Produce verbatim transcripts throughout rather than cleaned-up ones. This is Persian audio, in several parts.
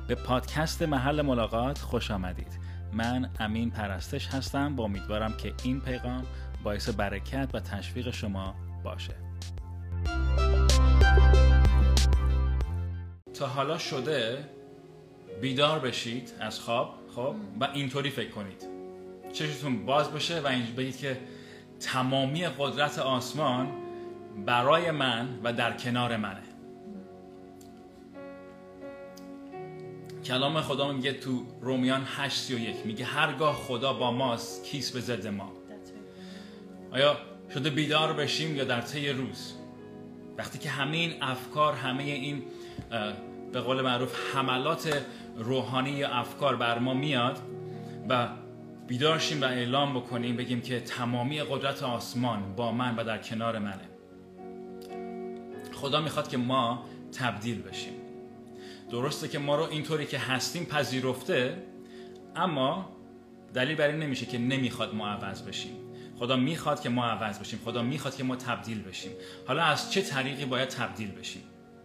به پادکست محل ملاقات خوش آمدید. من امین پرستش هستم با امیدوارم که این پیغام باعث برکت و تشویق شما باشه. تا حالا شده بیدار بشید از خواب خب و اینطوری فکر کنید، چشتون باز بشه و اینجوری بگید که تمامی قدرت آسمان برای من و در کنار منه. کلام خدا میگه تو رومیان هشت سی و یک میگه هرگاه خدا با ماست کیست به ضد ما. آیا شده بیدار بشیم یا در طی روز وقتی که همه این افکار، همه این به قول معروف حملات روحانی یا افکار بر ما میاد و بیدار شیم و اعلام بکنیم بگیم که تمامی قدرت آسمان با من و در کنار منه. خدا میخواد که ما تبدیل بشیم. درسته که ما رو اینطوری که هستیم پذیرفته، اما دلیل بر این نمیشه که نمیخواد ما عوض بشیم. خدا میخواد که ما عوض بشیم. خدا میخواد که ما تبدیل بشیم. حالا از چه طریقی باید تبدیل بشیم؟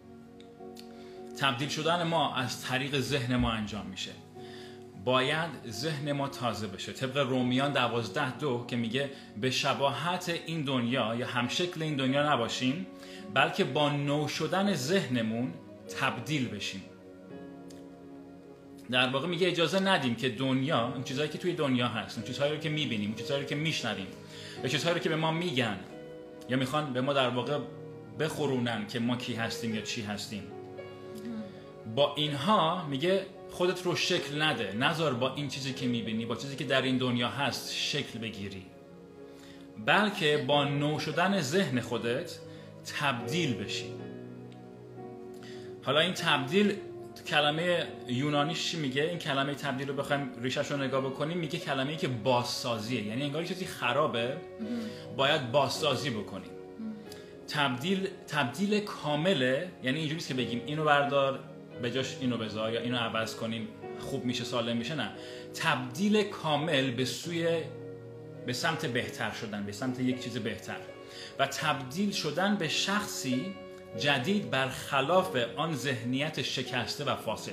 تبدیل شدن ما از طریق ذهن ما انجام میشه. باید ذهن ما تازه بشه. طبق رومیان دوازده دو که میگه به شباهت این دنیا یا همشکل این دنیا نباشیم، بلکه با نو شدن ذهنمون تبدیل بشیم. در واقع میگه اجازه ندیم که دنیا، اون چیزهایی که توی دنیا هست، اون چیزهایی رو که میبینیم، اون چیزهایی رو که میشنویم، یا چیزهایی رو که به ما میگن یا میخوان به ما در واقع بخورونن که ما کی هستیم یا چی هستیم، با اینها میگه خودت رو شکل نده. نذار با این چیزی که میبینی، با چیزی که در این دنیا هست شکل بگیری، بلکه با نو شدن ذهن خودت تبدیل بشی. حالا این تبدیل کلمه یونانیش چی میگه؟ این کلمه تبدیل رو بخوایم ریشش رو نگاه بکنیم میگه کلمه‌ای که بازسازیه، یعنی انگار چیزی خرابه باید بازسازی بکنیم. تبدیل تبدیل کامله، یعنی اینجوری نیست که بگیم اینو بردار به جاش اینو بذار یا اینو عوض کنیم خوب میشه سالم میشه. نه، تبدیل کامل به سوی به سمت بهتر شدن، به سمت یک چیز بهتر و تبدیل شدن به شخصی جدید برخلاف آن ذهنیت شکسته و فاسد.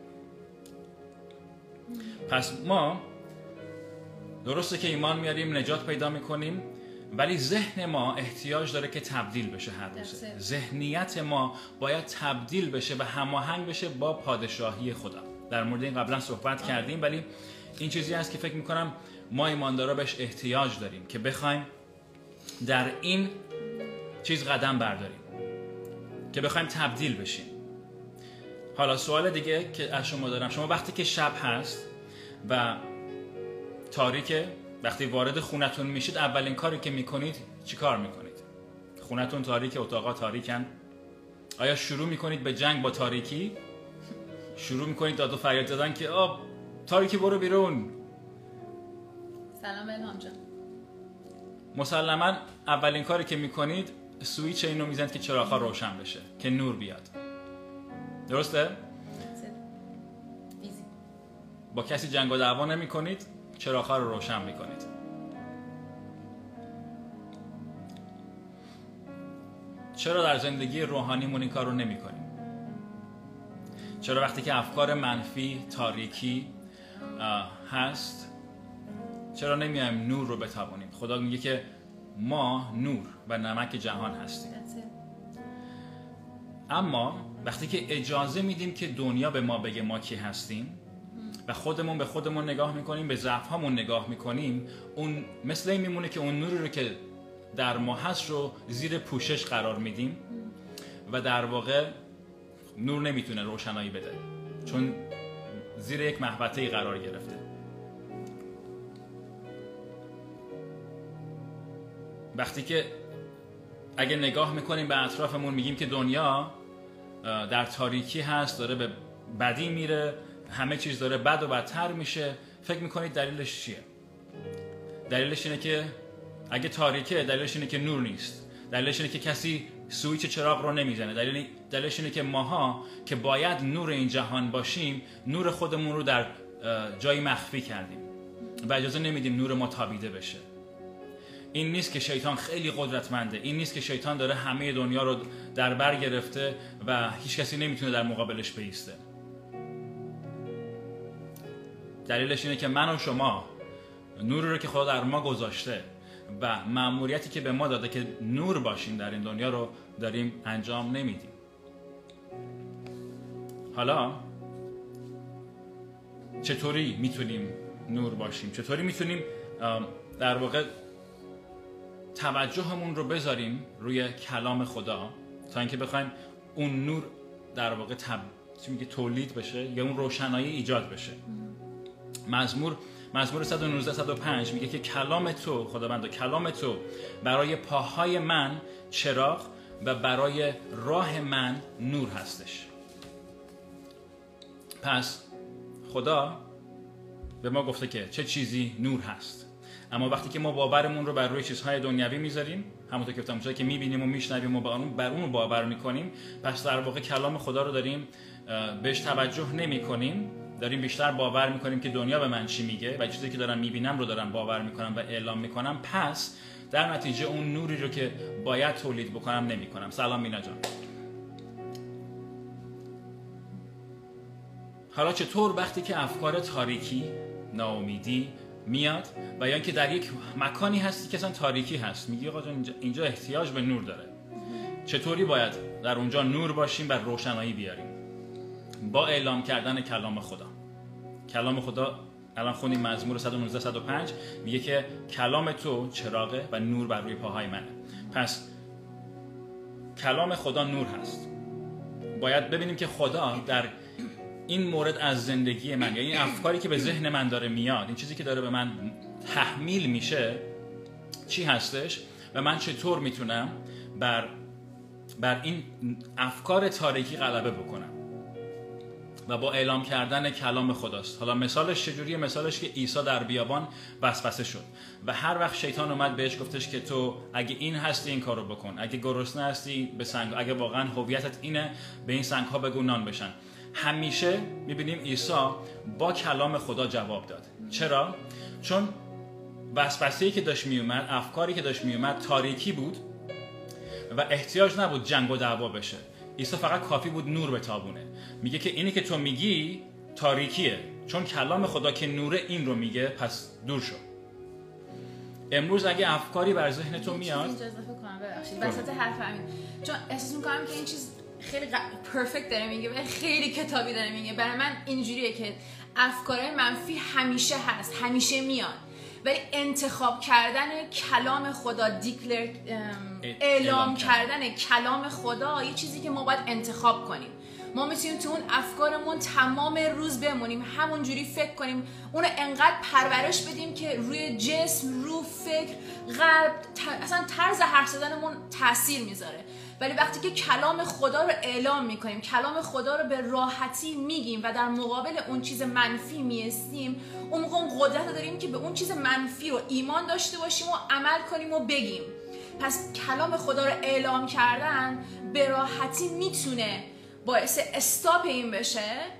پس ما درسته که ایمان میاریم، نجات پیدا میکنیم، ولی ذهن ما احتیاج داره که تبدیل بشه هر روز. ذهنیت ما باید تبدیل بشه و هماهنگ بشه با پادشاهی خدا. در مورد این قبلا صحبت کردیم، ولی این چیزی هست که فکر میکنم ما ایماندارا بهش احتیاج داریم که بخوایم در این چیز قدم برداریم، که بخوایم تبدیل بشیم. حالا سوال دیگه که از شما دارم، شما وقتی که شب هست و تاریکه، وقتی وارد خونتون میشید اولین کاری که میکنید چی کار میکنید؟ خونتون تاریکه، اتاقا تاریکن. آیا شروع میکنید به جنگ با تاریکی؟ شروع میکنید داد و فریاد زدن که آب تاریکی برو بیرون؟ سلام الهام جان. مسلما اولین کاری که میکنید سویچ اینو میزنید که چراغ‌ها روشن بشه، که نور بیاد. درسته؟ با کسی جنگ و دعوا نمی‌کنید، چراغ‌ها رو روشن می‌کنید. چرا در زندگی روحانیمون این کار رو نمی‌کنیم؟ چرا وقتی که افکار منفی، تاریکی هست، چرا نمیایم نور رو بتابونیم؟ خدا میگه که ما نور و نمک جهان هستیم. اما وقتی که اجازه میدیم که دنیا به ما بگه ما کی هستیم و خودمون به خودمون نگاه میکنیم، به ضعف هامون نگاه میکنیم، اون مثل این میمونه که اون نوری رو که در ما هست رو زیر پوشش قرار میدیم و در واقع نور نمیتونه روشنایی بده چون زیر یک محوطه‌ای قرار گرفته. وقتی که اگه نگاه میکنیم به اطرافمون میگیم که دنیا در تاریکی هست، داره به بدی میره، همه چیز داره بد و بدتر میشه، فکر میکنید دلیلش چیه؟ دلیلش اینه که اگه تاریکه دلیلش اینه که نور نیست، دلیلش اینه که کسی سویچ چراغ رو نمیزنه، دلیل دلیلش اینه که ماها که باید نور این جهان باشیم نور خودمون رو در جایی مخفی کردیم و اجازه نمیدیم نور ما تابیده بشه. این نیست که شیطان خیلی قدرتمنده، این نیست که شیطان داره همه دنیا رو در بر گرفته و هیچ کسی نمیتونه در مقابلش بایسته. دلیلش اینه که من و شما نوری رو که خدا در ما گذاشته و مأموریتی که به ما داده که نور باشیم در این دنیا رو داریم انجام نمیدیم. حالا چطوری میتونیم نور باشیم؟ چطوری میتونیم در واقع توجهمون رو بذاریم روی کلام خدا تا اینکه بخوایم اون نور در واقع تب... چی میگه تولید بشه یا اون روشنایی ایجاد بشه. مزمور مزمور صد و نوزده صد و پنج میگه که کلام تو خداوند، کلام تو برای پاهای من چراغ و برای راه من نور هستش. پس خدا به ما گفته که چه چیزی نور هست، اما وقتی که ما باورمون رو بر روی چیزهای دنیوی میذاریم، همونطور که گفتم چیزایی که میبینیم و میشنویم و بر اون بر اون باور میکنیم، پس در واقع کلام خدا رو داریم بهش توجه نمیکنیم، داریم بیشتر باور میکنیم که دنیا به من چی میگه و چیزی که دارم میبینم رو دارم باور میکنم و اعلام میکنم. پس در نتیجه اون نوری رو که باید تولید بکنم نمیکنم. سلام مینا جان. حالا چطور وقتی که افکار تاریکی، ناامیدی میاد و یا اینکه در یک مکانی هستی که اصلا تاریکی هست، میگی آقا جان اینجا احتیاج به نور داره، چطوری باید در اونجا نور باشیم و روشنایی بیاریم؟ با اعلام کردن کلام خدا. کلام خدا الان خوندیم مزمور صد و نوزده صد و پنج میگه که کلام تو چراغه و نور بر روی پاهای منه. پس کلام خدا نور هست. باید ببینیم که خدا در این مورد از زندگی من، یعنی این افکاری که به ذهن من داره میاد، این چیزی که داره به من تحمیل میشه چی هستش و من چطور میتونم بر بر این افکار تاریکی غلبه بکنم و با اعلام کردن کلام خداست. حالا مثالش چجوریه؟ مثالش که عیسی در بیابان وسوسه شد و هر وقت شیطان اومد بهش گفتش که تو اگه این هستی این کارو بکن، اگه گرسنه هستی به سنگ، اگه واقعا هویتت اینه به این سنگ ها بگو نان بشن. همیشه میبینیم عیسی با کلام خدا جواب داد. چرا؟ چون وسوسه‌ای که داشت میومد، افکاری که داشت میومد تاریکی بود و احتیاج نبود جنگ و دعوا بشه. عیسی فقط کافی بود نور بتابونه. میگه که اینی که تو میگی تاریکیه، چون کلام خدا که نوره این رو میگه، پس دور شو. امروز اگه افکاری بر ذهن تو میاد، اجازه کنم ببخشید وسط حرف همین، چون احساس میکنم که این چیز خیلی پرفکت داره میگه و خیلی کتابی داره میگه. برای من اینجوریه که افکار منفی همیشه هست، همیشه میاد، ولی انتخاب کردن کلام خدا، دیکلر اعلام کردن کلام خدا یه چیزی که ما باید انتخاب کنیم. ما میتونیم تو اون افکارمون تمام روز بمونیم، همون جوری فکر کنیم، اونو انقدر پرورش بدیم که روی جسم، رو فکر، قلب، اصلا طرز حرف زدنمون تاثیر میذاره. ولی وقتی که کلام خدا رو اعلام میکنیم، کلام خدا رو به راحتی میگیم و در مقابل اون چیز منفی میستیم، اون موقع اون قدرت رو داریم که به اون چیز منفی رو ایمان داشته باشیم و عمل کنیم و بگیم. پس کلام خدا رو اعلام کردن به راحتی میتونه باعث استاپ این بشه.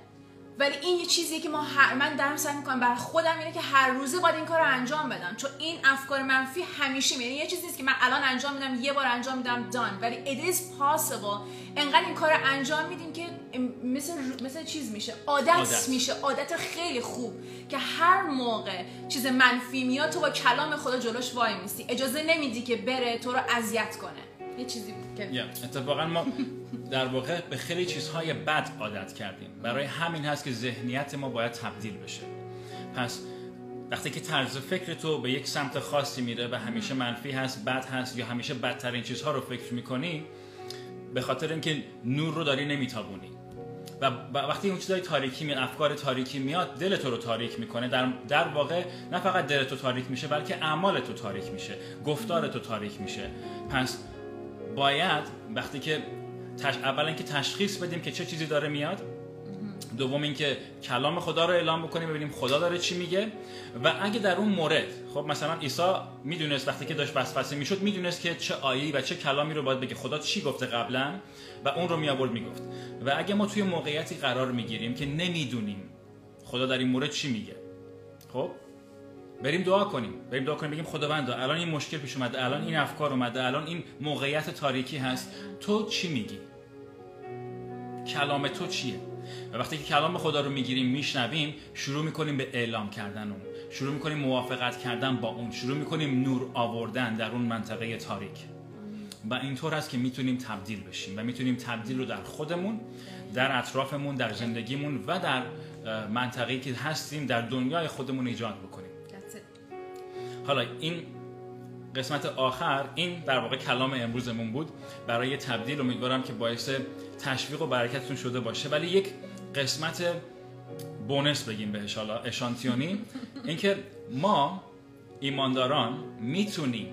ولی این یه چیزیه که ما هر من دارم سعی میکنم برای خودم اینه که هر روزه باید این کار رو انجام بدم، چون این افکار منفی همیشه میاد. یه چیزی نیست که من الان انجام میدم، یه بار انجام میدم دان، ولی it is possible انقدر این کار رو انجام میدیم که مثل مثل چیز میشه، عادت, عادت میشه، عادت خیلی خوب که هر موقع چیز منفی میاد تو با کلام خدا جلوش وای میستی، اجازه نمیدی که بره تو رو اذیت کنه. یه چیزی که yeah. اتفاقا ما در واقع به خیلی چیزهای بد عادت کردیم، برای همین هست که ذهنیت ما باید تبدیل بشه. پس وقتی که طرز فکر تو به یک سمت خاصی میره و همیشه منفی هست، بد هست یا همیشه بدترین چیزها رو فکر میکنی، به خاطر اینکه نور رو داری نمیتابونی و وقتی اون چیزای تاریکی میاد، افکار تاریکی میاد، دل تو رو تاریک میکنه. در در واقع نه فقط دل تو تاریک میشه، بلکه اعمال تو تاریک میشه، گفتار تو تاریک میشه. پس باید وقتی که تش... اولا که تشخیص بدیم که چه چیزی داره میاد، دوم اینکه کلام خدا رو اعلام بکنیم ببینیم خدا داره چی میگه. و اگه در اون مورد، خب مثلا عیسی میدونست وقتی که داشت وسوسه میشد، میدونست که چه آیه‌ای و چه کلامی رو باید بگه، خدا چی گفته قبلا و اون رو میآورد میگفت. و اگه ما توی موقعیتی قرار میگیریم که نمیدونیم خدا در این مورد چی میگه، خب بریم دعا کنیم، بریم دعا کنیم بگیم خداوندا الان این مشکل پیش اومده، الان این افکار اومده، الان این موقعیت تاریکی هست، تو چی میگی؟ کلام تو چیه؟ و وقتی که کلام خدا رو میگیریم میشنویم، شروع میکنیم به اعلام کردن اون، شروع میکنیم موافقت کردن با اون، شروع میکنیم نور آوردن در اون منطقه تاریک و اینطور هست که میتونیم تبدیل بشیم و میتونیم تبدیل رو در خودمون، در اطرافمون، در زندگیمون و در منطقه‌ای که هستیم در دنیای خودمون ایجاد بکنیم. حالا این قسمت آخر، این در واقع کلام امروزمون بود برای تبدیل. امیدوارم که باعث تشویق و برکتتون شده باشه. ولی یک قسمت بونس بگیم بهش، حالا اشانتیونی، اینکه ما ایمانداران میتونیم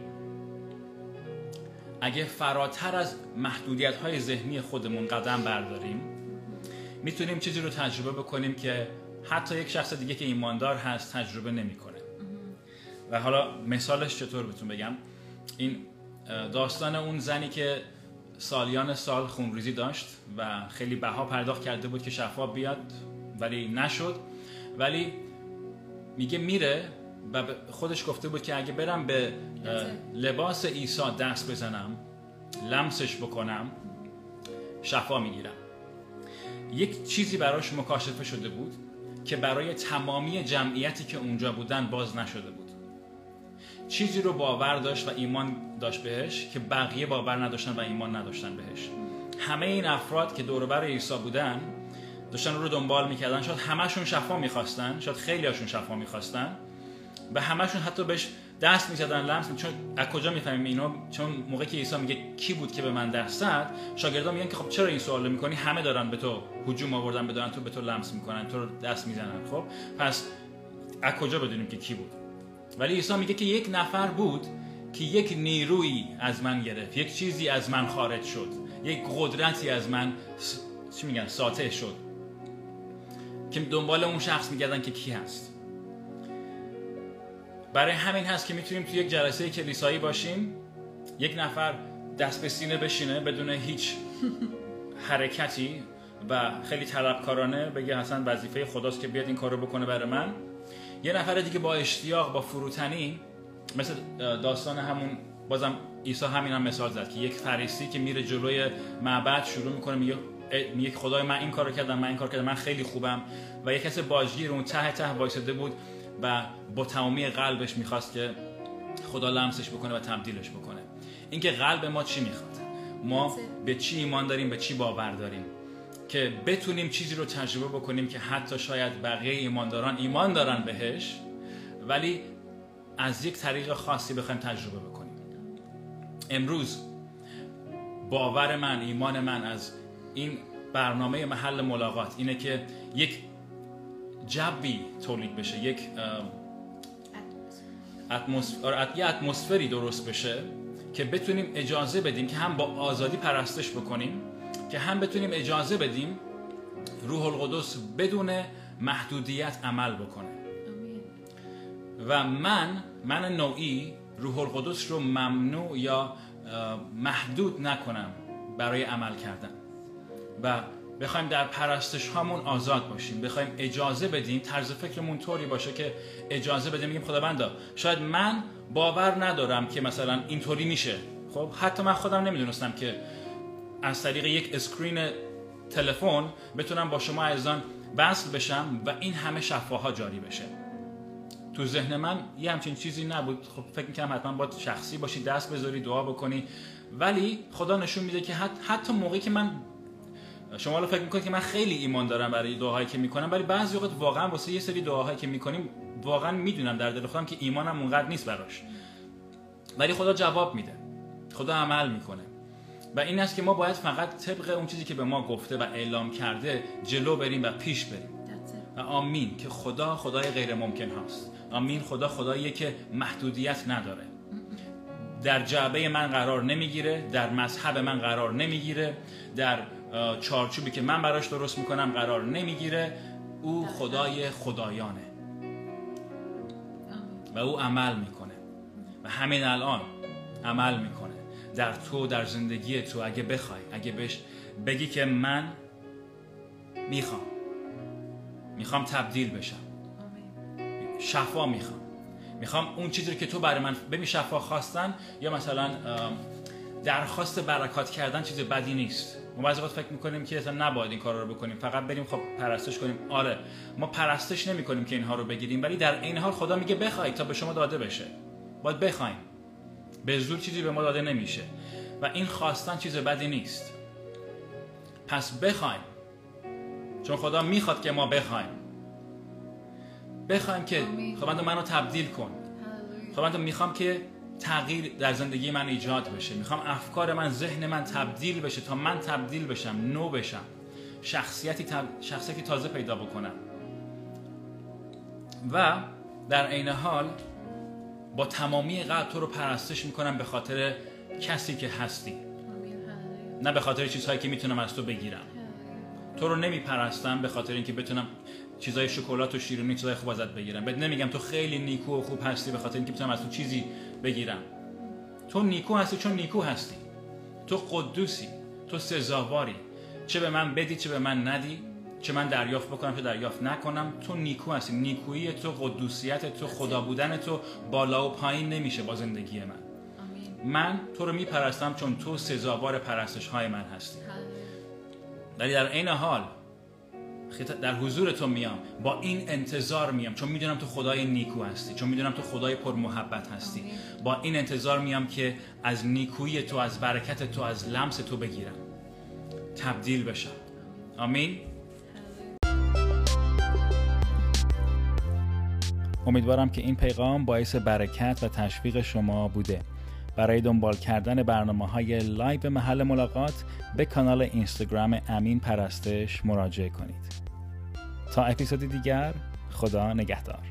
اگه فراتر از محدودیت‌های ذهنی خودمون قدم برداریم، میتونیم چیزی رو تجربه بکنیم که حتی یک شخص دیگه که ایماندار هست تجربه نمی‌کنه. و حالا مثالش چطور بهتون بگم؟ این داستان اون زنی که سالیان سال خونریزی داشت و خیلی بها پرداخت کرده بود که شفا بیاد ولی نشد، ولی میگه میره و خودش گفته بود که اگه برم به لباس عیسی دست بزنم، لمسش بکنم، شفا میگیرم. یک چیزی براش مکاشفه شده بود که برای تمامی جمعیتی که اونجا بودن باز نشده بود. چیزی رو باور داشت و ایمان داشت بهش که بقیه باور نداشتن و ایمان نداشتن بهش. همه این افراد که دور و بر عیسی بودن داشتن رو دنبال میکردن، شاید همه‌شون شفا میخواستن، شاید خیلی هاشون شفا میخواستن و همه‌شون حتی بهش دست میزدن، لمس می... چون از کجا میفهمیم اینو؟ چون موقعی که عیسی میگه کی بود که به من دست زد، شاگردان میگن که خب چرا این سوالو میکنی؟ همه دارن به تو هجوم آوردن، بدارن تو به تو لمس میکنن، تو رو دست میزنن. خب پس از کجا بدونیم که کی بود؟ ولی عیسی میگه که یک نفر بود که یک نیرویی از من گرفت، یک چیزی از من خارج شد، یک قدرتی از من س... چی میگن ساطع شد، که دنبال اون شخص میگردن که کی هست. برای همین هست که میتونیم توی یک جلسه کلیسایی باشیم، یک نفر دست به سینه بشینه بدون هیچ حرکتی و خیلی طلبکارانه بگه اصلا وظیفه خداست که بیاد این کارو بکنه برای من. یه نفر دیگه با اشتیاق، با فروتنی، مثل داستان همون، بازم عیسی همین هم مثال زد که یک فریسی که میره جلوی معبد شروع میکنه میگه میگه خدای من این کارو کردم، من این کار کردم، من خیلی خوبم، و یک کس باجگیر اون ته ته وایساده بود و با تمامی قلبش میخواست که خدا لمسش بکنه و تبدیلش بکنه. اینکه قلب ما چی میخواد، ما به چی ایمان داریم، به چی باور داریم، که بتونیم چیزی رو تجربه بکنیم که حتی شاید بقیه ایمانداران ایمان دارن بهش ولی از یک طریق خاصی بخوایم تجربه بکنیم. امروز باور من، ایمان من از این برنامه محل ملاقات اینه که یک جوی تولید بشه، یک اتمسفر، یه اتمسفری درست بشه که بتونیم اجازه بدیم که هم با آزادی پرستش بکنیم، که هم بتونیم اجازه بدیم روح القدس بدون محدودیت عمل بکنه. و من من نوعی روح القدس رو ممنوع یا محدود نکنم برای عمل کردن و بخوایم در پرستش هامون آزاد باشیم، بخوایم اجازه بدیم طرز فکرمون طوری باشه که اجازه بدیم میگیم خداوندا شاید من باور ندارم که مثلا اینطوری میشه. خب حتی من خودم نمیدونستم که از طریق یک اسکرین تلفن بتونم با شما عزیزان وصل بشم و این همه شفاها جاری بشه. تو ذهن من یه همچین چیزی نبود. خب فکر می‌کردم حتما باید شخصی باشی، دست بذاری، دعا بکنی، ولی خدا نشون میده که حتی موقعی که من، شما الان فکر میکنید که من خیلی ایمان دارم برای دعاهایی که میکنم، ولی بعضی وقت واقعا واسه یه سری دعاهایی که میکنیم واقعا میدونم در دل خودم که ایمانم اونقدر نیست براش، ولی خدا جواب میده، خدا عمل میکنه. و این است که ما باید فقط طبق اون چیزی که به ما گفته و اعلام کرده جلو بریم و پیش بریم. و آمین که خدا خدای غیر ممکن هاست. آمین خدا خداییه که محدودیت نداره، در جعبه من قرار نمیگیره، در مذهب من قرار نمیگیره، در چارچوبی که من براش درست میکنم قرار نمیگیره. او خدای خدایانه و او عمل میکنه و همین الان عمل میکنه در تو، در زندگی تو. اگه بخوای، اگه بهش بگی که من میخوام میخوام تبدیل بشم، شفا میخوام، میخوام اون چیزی که تو برای من، ببین شفا خواستن یا مثلا درخواست برکات کردن چیز بدی نیست. ما بعضی وقت فکر میکنیم که اصلا نباید این کارا رو بکنیم، فقط بریم خب پرستش کنیم. آره ما پرستش نمیکنیم که اینها رو بگیریم، ولی در این حال خدا میگه بخواید تا به شما داده بشه. باید بخوایم، به زور چیزی به ما داده نمیشه و این خواستن چیز بدی نیست. پس بخوایم، چون خدا میخواد که ما بخوایم. بخوایم که خداوند منو تبدیل کن. خداوند میخوام که تغییر در زندگی من ایجاد بشه. میخوام افکار من، ذهن من تبدیل بشه تا من تبدیل بشم، نو بشم، شخصیتی تب... شخصیتی تازه پیدا بکنم. و در عین حال با تمامی قلب تو رو پرستش میکنم به خاطر کسی که هستی، نه به خاطر چیزهایی که میتونم از تو بگیرم. تو رو نمیپرستم به خاطر اینکه بتونم چیزای شکلات و شیرینی، چیزای خوب ازت بگیرم. بهت نمیگم تو خیلی نیکو و خوب هستی به خاطر اینکه بتونم از تو چیزی بگیرم. تو نیکو هستی چون نیکو هستی. تو قدوسی، تو سزاواری. چه به من بدی چه به من ندی، چه من دریافت بکنم چه دریافت نکنم، تو نیکو هستی. نیکویی تو، قدوسیت تو، خدا بودن تو بالا و پایین نمیشه با زندگی من. آمین. من تو رو میپرستم چون تو سزاوار پرستش های من هستی. ولی در عین حال در حضور تو میام، با این انتظار میام، چون میدونم تو خدای نیکو هستی، چون میدونم تو خدای پر محبت هستی. آمین. با این انتظار میام که از نیکویی تو، از برکت تو، از لمس تو بگیرم، تبدیل بشم. آمین. امیدوارم که این پیغام باعث برکت و تشویق شما بوده. برای دنبال کردن برنامه‌های لایو محل ملاقات به کانال اینستاگرام امین پرستش مراجعه کنید. تا اپیزودی دیگر، خدا نگهدار.